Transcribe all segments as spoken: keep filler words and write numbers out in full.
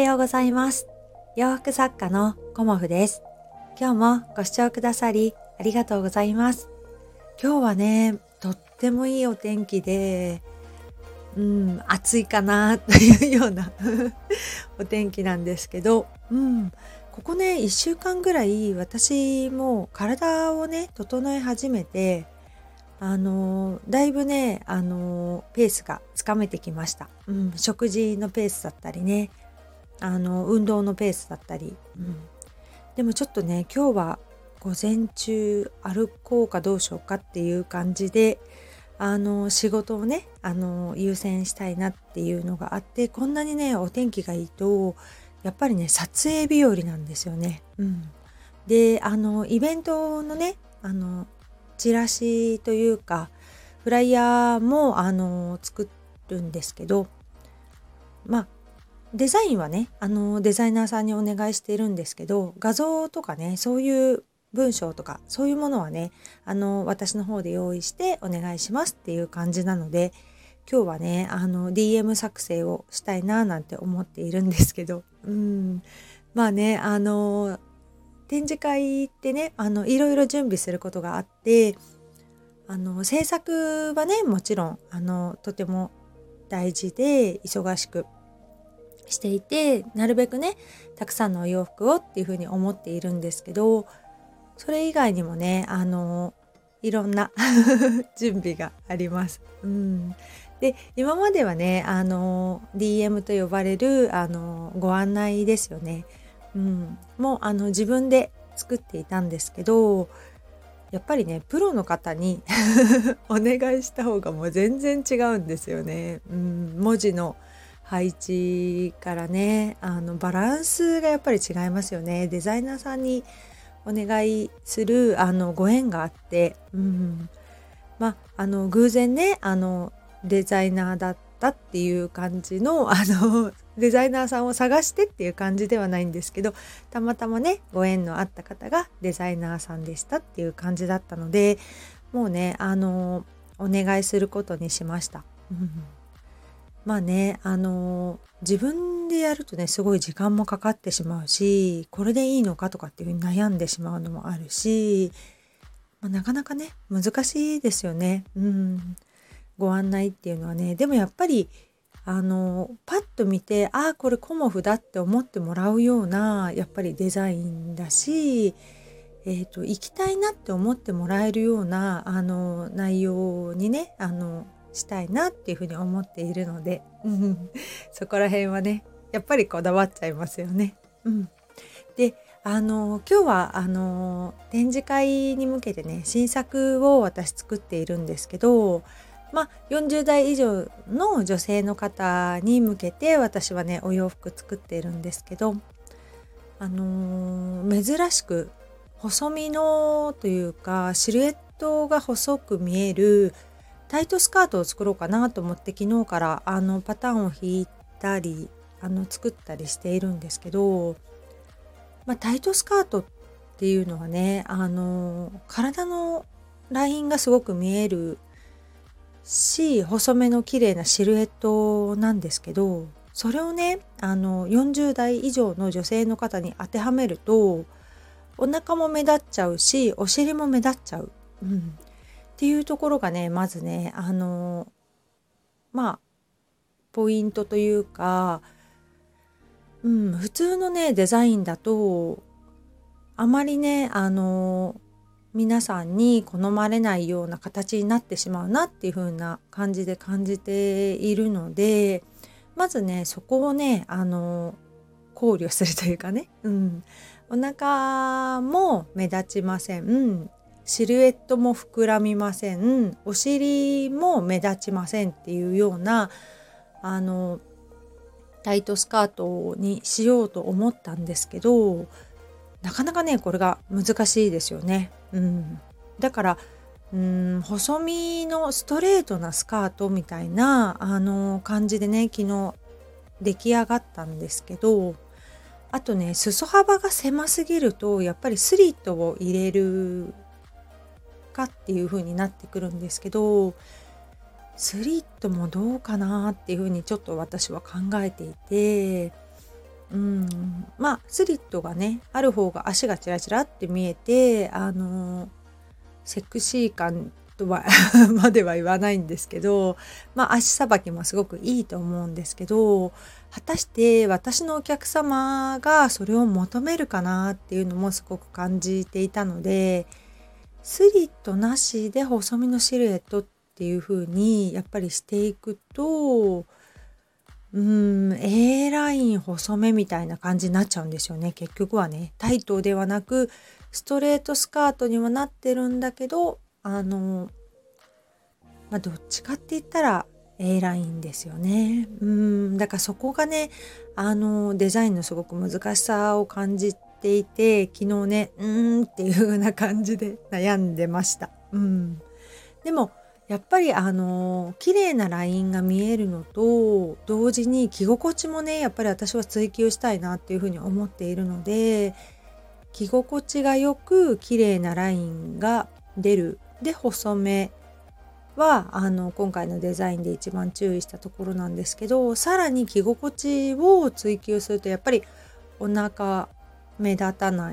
ようございます。洋服作家のコモフです。今日もご視聴くださりありがとうございます。今日はね、とってもいいお天気で、うん、暑いかなというようなお天気なんですけど、うん、ここね、いっしゅうかんぐらい私も体をね、整え始めて、あのだいぶね、あのペースがつかめてきました。うん、食事のペースだったりね、あの運動のペースだったり、うん、でもちょっとね、今日は午前中歩こうかどうしようかっていう感じで、あの仕事をね、あの優先したいなっていうのがあって、こんなにねお天気がいいとやっぱりね撮影日和なんですよね。うん、で、あのイベントのね、あのチラシというかフライヤーもあの作るんですけど、まあデザインはね、あのデザイナーさんにお願いしているんですけど、画像とかね、そういう文章とかそういうものはね、あの私の方で用意してお願いしますっていう感じなので、今日はね、あの ディーエム 作成をしたいななんて思っているんですけど、うん、まあね、あの展示会ってね、あのいろいろ準備することがあって、あの制作はね、もちろんあのとても大事で忙しくしていて、なるべくねたくさんのお洋服をっていうふうに思っているんですけど、それ以外にもね、あのいろんな準備があります。うん、で、今まではね、あの ディーエム と呼ばれるあのご案内ですよね、うん、もうあの自分で作っていたんですけど、やっぱりねプロの方にお願いした方がもう全然違うんですよね。うん、文字の配置からね、あのバランスがやっぱり違いますよね。デザイナーさんにお願いするあのご縁があって、うん、まああの偶然ね、あのデザイナーだったっていう感じの、あのデザイナーさんを探してっていう感じではないんですけど、たまたまねご縁のあった方がデザイナーさんでしたっていう感じだったので、もうね、あのお願いすることにしました。うん、まあね、あの自分でやるとねすごい時間もかかってしまうし、これでいいのかとかっていうふうに悩んでしまうのもあるし、まあ、なかなかね難しいですよね。うん、ご案内っていうのはね。でもやっぱりあのパッと見て、ああこれコモフだって思ってもらうようなやっぱりデザインだし、えーと、行きたいなって思ってもらえるようなあの内容にね、あのしたいなっていうふうに思っているので、うん、そこら辺はねやっぱりこだわっちゃいますよね。うん、で、あの今日はあの展示会に向けてね新作を私作っているんですけど、まあよんじゅう代以上の女性の方に向けて私はねお洋服作っているんですけど、あの珍しく細身のというかシルエットが細く見えるタイトスカートを作ろうかなと思って、昨日からあのパターンを引いたりあの作ったりしているんですけど、まあ、タイトスカートっていうのはね、あの体のラインがすごく見えるし、細めの綺麗なシルエットなんですけど、それをね、あのよんじゅう代以上の女性の方に当てはめると、お腹も目立っちゃうし、お尻も目立っちゃう、うん、っていうところがね、まずね、あのまあポイントというか、うん、普通のねデザインだとあまりね、あの皆さんに好まれないような形になってしまうなっていう風な感じで感じているので、まずねそこをね、あの考慮するというかね、うん、お腹も目立ちません、シルエットも膨らみません、お尻も目立ちませんっていうようなあのタイトスカートにしようと思ったんですけど、なかなかねこれが難しいですよね。うん、だからうん、細身のストレートなスカートみたいなあの感じでね昨日出来上がったんですけど、あとね裾幅が狭すぎるとやっぱりスリットを入れるかっていう風になってくるんですけど、スリットもどうかなっていう風にちょっと私は考えていて、 うん、まあスリットがねある方が足がチラチラって見えて、あのセクシー感とはまでは言わないんですけど、まあ足さばきもすごくいいと思うんですけど、果たして私のお客様がそれを求めるかなっていうのもすごく感じていたので、スリットなしで細身のシルエットっていう風にやっぱりしていくと、うーん A ライン細めみたいな感じになっちゃうんですよね。結局はね、タイトではなくストレートスカートにはなってるんだけど、あのまあどっちかって言ったら A ラインですよね。うーんだからそこがね、あのデザインのすごく難しさを感じていて、昨日ねうーんっていう風な感じで悩んでました。うん、でもやっぱりあの綺麗なラインが見えるのと同時に着心地もねやっぱり私は追求したいなっていうふうに思っているので、着心地がよく綺麗なラインが出るで細めはあの今回のデザインで一番注意したところなんですけど、さらに着心地を追求するとやっぱりお腹目立たない、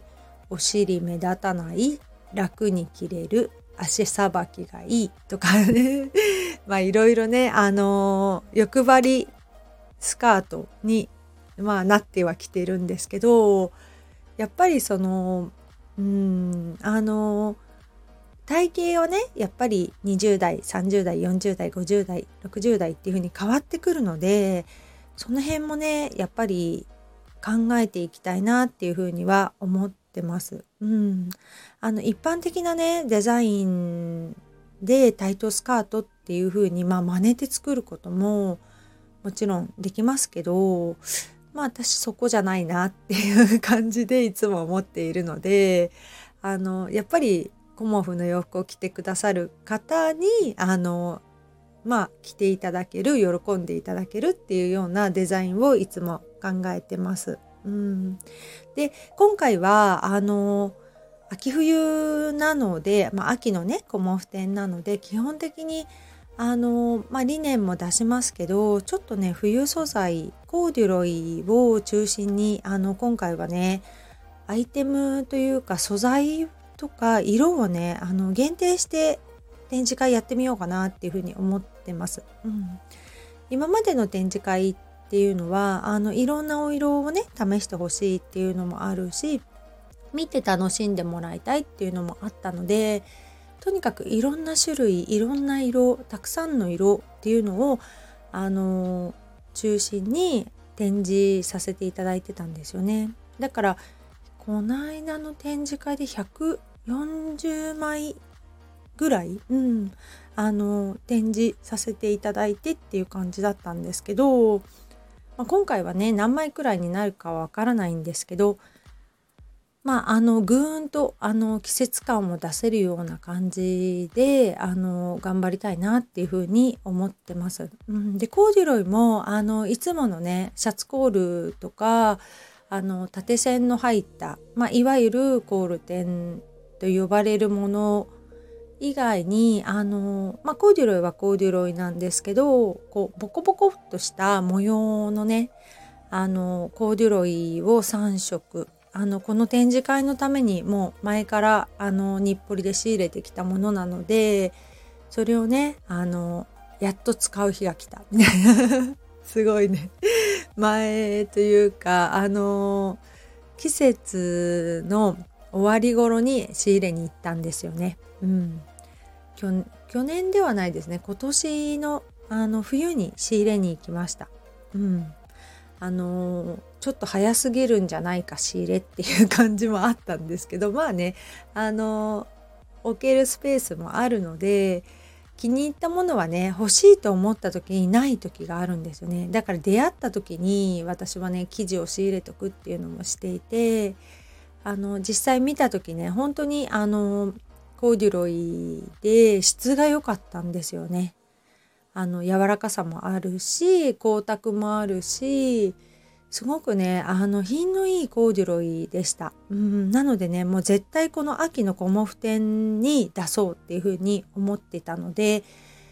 お尻目立たない、楽に着れる、足さばきがいいとかねまあいろいろね、あのー欲張りスカートにまあなってはきてるんですけど、やっぱりそのうーんあのー体型はねやっぱりにじゅう代、さんじゅう代、よんじゅう代、ごじゅう代、ろくじゅう代っていう風に変わってくるので、その辺もねやっぱり考えていきたいなっていう風には思ってます。うん、あの一般的なねデザインでタイトスカートっていう風にまあ真似て作ることももちろんできますけど、まあ私そこじゃないなっていう感じでいつも思っているので、あのやっぱりコモフの洋服を着てくださる方にあのまあ着ていただける、喜んでいただけるっていうようなデザインをいつも考えてます。うん、で今回はあの秋冬なので、まあ、秋のねコモフ展なので基本的にあの、まあ、リネンも出しますけど、ちょっとね冬素材コーデュロイを中心にあの今回はねアイテムというか素材とか色をねあの限定して展示会やってみようかなっていうふうに思ってます。うん、今までの展示会っていうのはあのいろんなお色をね試してほしいっていうのもあるし、見て楽しんでもらいたいっていうのもあったので、とにかくいろんな種類、いろんな色、たくさんの色っていうのをあの中心に展示させていただいてたんですよね。だからこの間の展示会でひゃくよんじゅうまいぐらい、うん、あの展示させていただいてっていう感じだったんですけど、まあ、今回はね何枚くらいになるかはわからないんですけど、まああのぐーんとあの季節感を出せるような感じであの頑張りたいなっていうふうに思ってます。うん、でコーデュロイもあのいつものねシャツコールとかあの縦線の入った、まあ、いわゆるコールテンと呼ばれるもの以外にあの、まあ、コーデュロイはコーデュロイなんですけど、こうボコボコっとした模様のねあのコーデュロイをさん色、あのこの展示会のためにもう前からあの日暮里で仕入れてきたものなので、それをねあのやっと使う日が来たみたいなすごいね前というかあの季節の終わり頃に仕入れに行ったんですよね。うん、去, 去年ではないですね、今年のあの冬に仕入れに行きました。うん、あのー、ちょっと早すぎるんじゃないか仕入れっていう感じもあったんですけど、まあねあのー、置けるスペースもあるので気に入ったものはね欲しいと思った時にない時があるんですよね。だから出会った時に私はね生地を仕入れとくっていうのもしていて、あの実際見た時ね本当にあのコーデュロイで質が良かったんですよね。あの柔らかさもあるし光沢もあるし、すごくねあの品のいいコーデュロイでした。うん、なのでねもう絶対この秋のコモフ展に出そうっていうふうに思ってたので、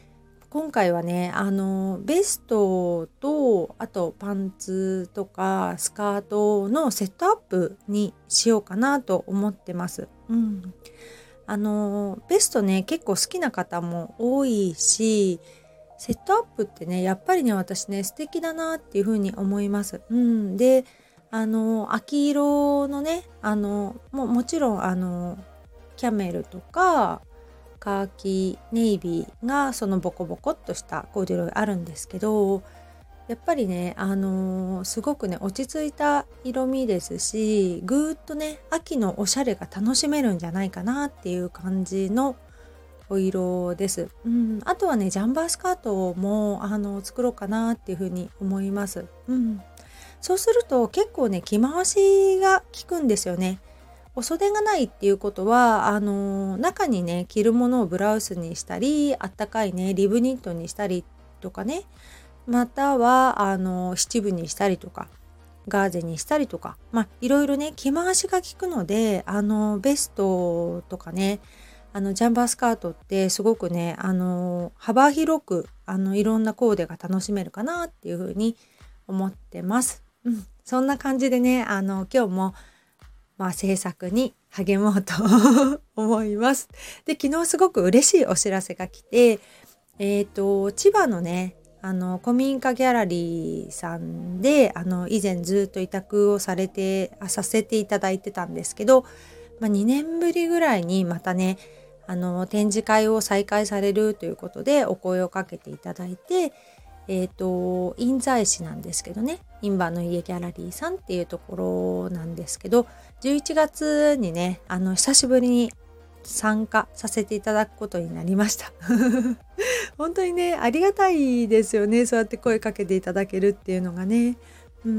今回はね、あのベストとあとパンツとかスカートのセットアップにしようかなと思ってます。うん、あのベストね結構好きな方も多いし、セットアップってねやっぱりね私ね素敵だなっていう風に思います。うん、であの秋色のねあのももちろんあのキャメルとかカーキネイビーがそのボコボコっとしたコーデュロイあるんですけど、やっぱりねあのーすごくね落ち着いた色味ですし、ぐーっとね秋のおしゃれが楽しめるんじゃないかなっていう感じのお色です。うん、あとはねジャンバースカートもあの作ろうかなっていうふうに思います。うん、そうすると結構ね着回しが効くんですよね。お袖がないっていうことはあの中にね着るものをブラウスにしたり、あったかいねリブニットにしたりとかね、またはあの七分にしたりとかガーゼにしたりとか、まあいろいろね着回しが効くので、あのベストとかねあのジャンバースカートってすごくねあの幅広くあのいろんなコーデが楽しめるかなっていうふうに思ってます。うん、そんな感じでねあの今日もまあ、制作に励もうと思います。で、昨日すごく嬉しいお知らせが来て、えっと、千葉のね、あの、古民家ギャラリーさんで、あの、以前ずっと委託をされて、あさせていただいてたんですけど、まあ、にねんぶりぐらいにまたね、あの、展示会を再開されるということでお声をかけていただいて、えっと、印西市なんですけどね、印旛の家ギャラリーさんっていうところなんですけど、じゅういちがつにね、あの、久しぶりに参加させていただくことになりました。本当にね、ありがたいですよね。そうやって声かけていただけるっていうのがね。うん。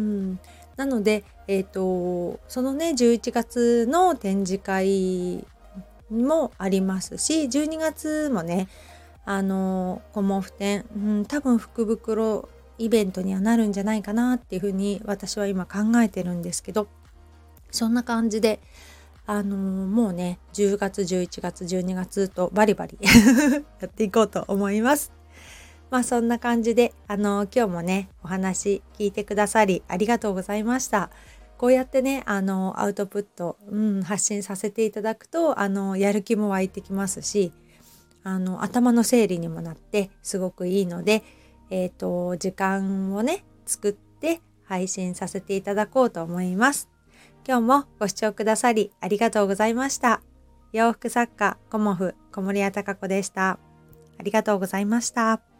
なので、えっと、そのね、じゅういちがつの展示会もありますし、じゅうにがつもね、あのコモフ展、うん、多分福袋イベントにはなるんじゃないかなっていうふうに私は今考えてるんですけど、そんな感じであのもうねじゅうがつじゅういちがつじゅうにがつとバリバリやっていこうと思います。まあそんな感じであの今日もねお話聞いてくださりありがとうございました。こうやってねあのアウトプット、うん、発信させていただくとあのやる気も湧いてきますし、あの頭の整理にもなってすごくいいので、えっと時間をね作って配信させていただこうと思います。今日もご視聴くださりありがとうございました。洋服作家コモフ小森屋隆子でした。ありがとうございました。